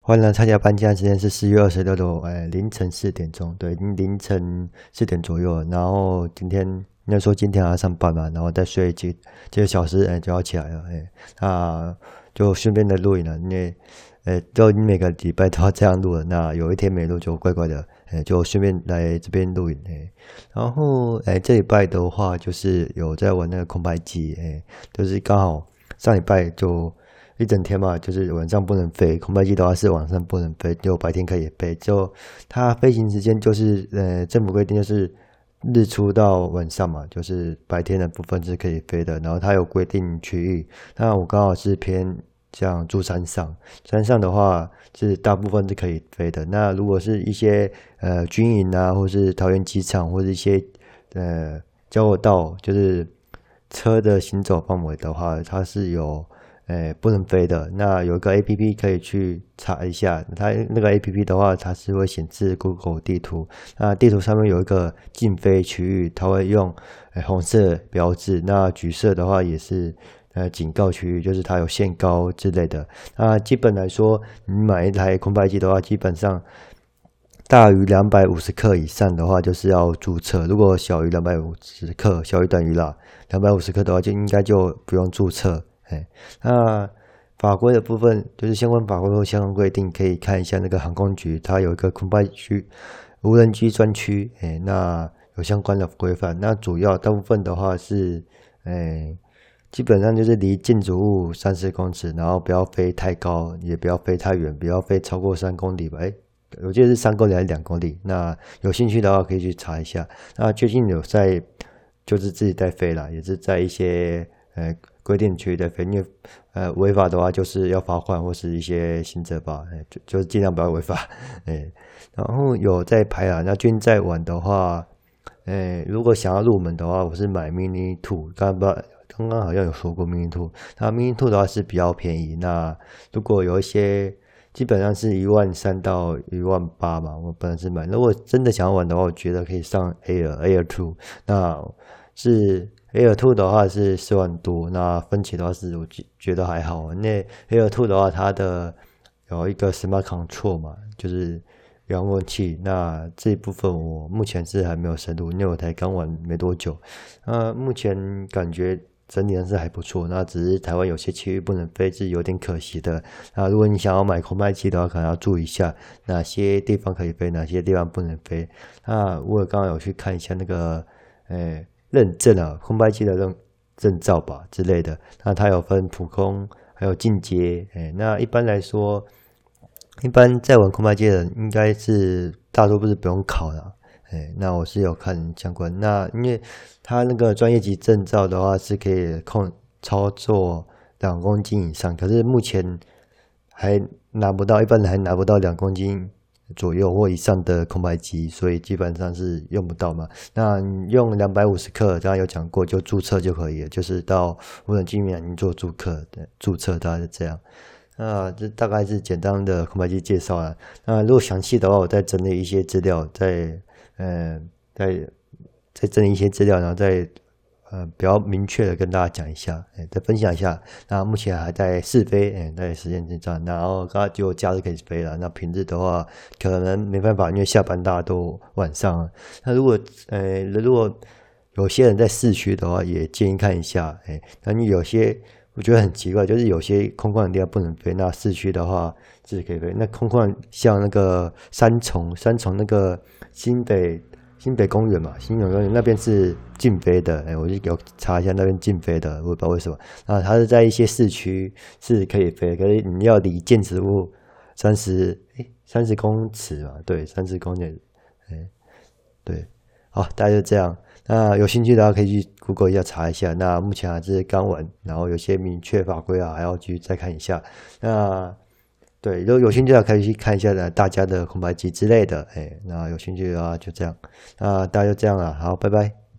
欢迎来参加搬家，今天是4月26的凌晨4点钟，对，已经凌晨4点左右了。然后今天应该说今天还要上班嘛，然后再睡几个小时，就要起来了，那就顺便的录影了，因为都已经每个礼拜都要这样录了，那有一天没录就怪怪的，就顺便来这边录影，然后这礼拜的话就是有在玩那个空拍机，就是刚好上礼拜就。一整天嘛，就是晚上不能飞，空拍机的话是晚上不能飞，就白天可以飞。就它飞行时间就是政府规定就是日出到晚上嘛，就是白天的部分是可以飞的。然后它有规定区域，那我刚好是偏像住山上，山上的话是大部分是可以飞的。那如果是一些军营啊，或是桃园机场，或是一些交流道，就是车的行走范围的话，它是有。不能飞的。那有一个 APP 可以去查一下，它那个 APP 的话，它是会显示 Google 地图。那地图上面有一个禁飞区域，它会用红色标志。那橘色的话也是警告区域，就是它有限高之类的。那基本来说，你买一台空拍机的话，基本上大于250克以上的话，就是要注册。如果小于250克，小于等于啦250克的话，就应该就不用注册。那法规的部分就是相关法规或相关规定，可以看一下那个航空局，它有一个空拍区、无人机专区，那有相关的规范。那主要大部分的话是，基本上就是离建筑物30公尺，然后不要飞太高，也不要飞太远，不要飞超过3公里吧。我记得是3公里还是2公里。那有兴趣的话可以去查一下。那最近有在就是自己在飞啦，也是在一些规定区域的飞，因为违法的话就是要罚款或是一些刑责吧，就是尽量不要违法，然后有在拍啦。那最近在玩的话，如果想要入门的话，我是买 Mini 2，刚刚好像有说过 Mini 2，那 Mini 2的话是比较便宜。那如果有一些基本上是13000到18000嘛，我本来是买。如果真的想要玩的话，我觉得可以上 Air 2，那是。Air 2的话是4万多，那分期的话是我觉得还好。那 Air 2的话，它的有一个 Smart Control 嘛，就是遥控器。那这一部分我目前是还没有深入，因为我才刚玩没多久。目前感觉整体上是还不错。那只是台湾有些区域不能飞，是有点可惜的。那如果你想要买空拍机的话，可能要注意一下哪些地方可以飞，哪些地方不能飞。那我刚刚有去看一下那个，认证啊，空拍机的证照吧之类的。那它有分普空，还有进阶。那一般来说，一般在玩空拍机的人，应该是大多不是不用考的。那我是有看相关。那因为它那个专业级证照的话，是可以操作2公斤以上，可是目前还拿不到，一般人还拿不到2公斤左右或以上的空拍机，所以基本上是用不到嘛。那你用250克，刚刚有讲过，就注册就可以了，就是到无人机面你做注册，大概是这样。那这大概是简单的空拍机介绍啦。那如果详细的话，我再整理一些资料，再整理一些资料，然后再比较明确的跟大家讲一下，再分享一下。那目前还在试飞，在实验阶段。然后刚刚就假日可以飞了。那平日的话，可能没办法，因为下班大家都晚上了。那如果有些人在市区的话，也建议看一下。那你有些我觉得很奇怪，就是有些空旷的地方不能飞，那市区的话是可以飞。那空旷像那个三重那个新北公园嘛，新北公园那边是禁飞的，我就有查一下那边禁飞的，我也不知道为什么。那它是在一些市区是可以飞，可是你要离建筑物30公尺嘛，对，30公里，对，好，大概就这样。那有兴趣的话可以去 Google 一下查一下。那目前还是刚玩，然后有些明确法规啊，还要去再看一下。那对，如果有兴趣的话可以去看一下大家的空拍机之类的。那有兴趣的话就这样。那大家就这样了，好，拜拜。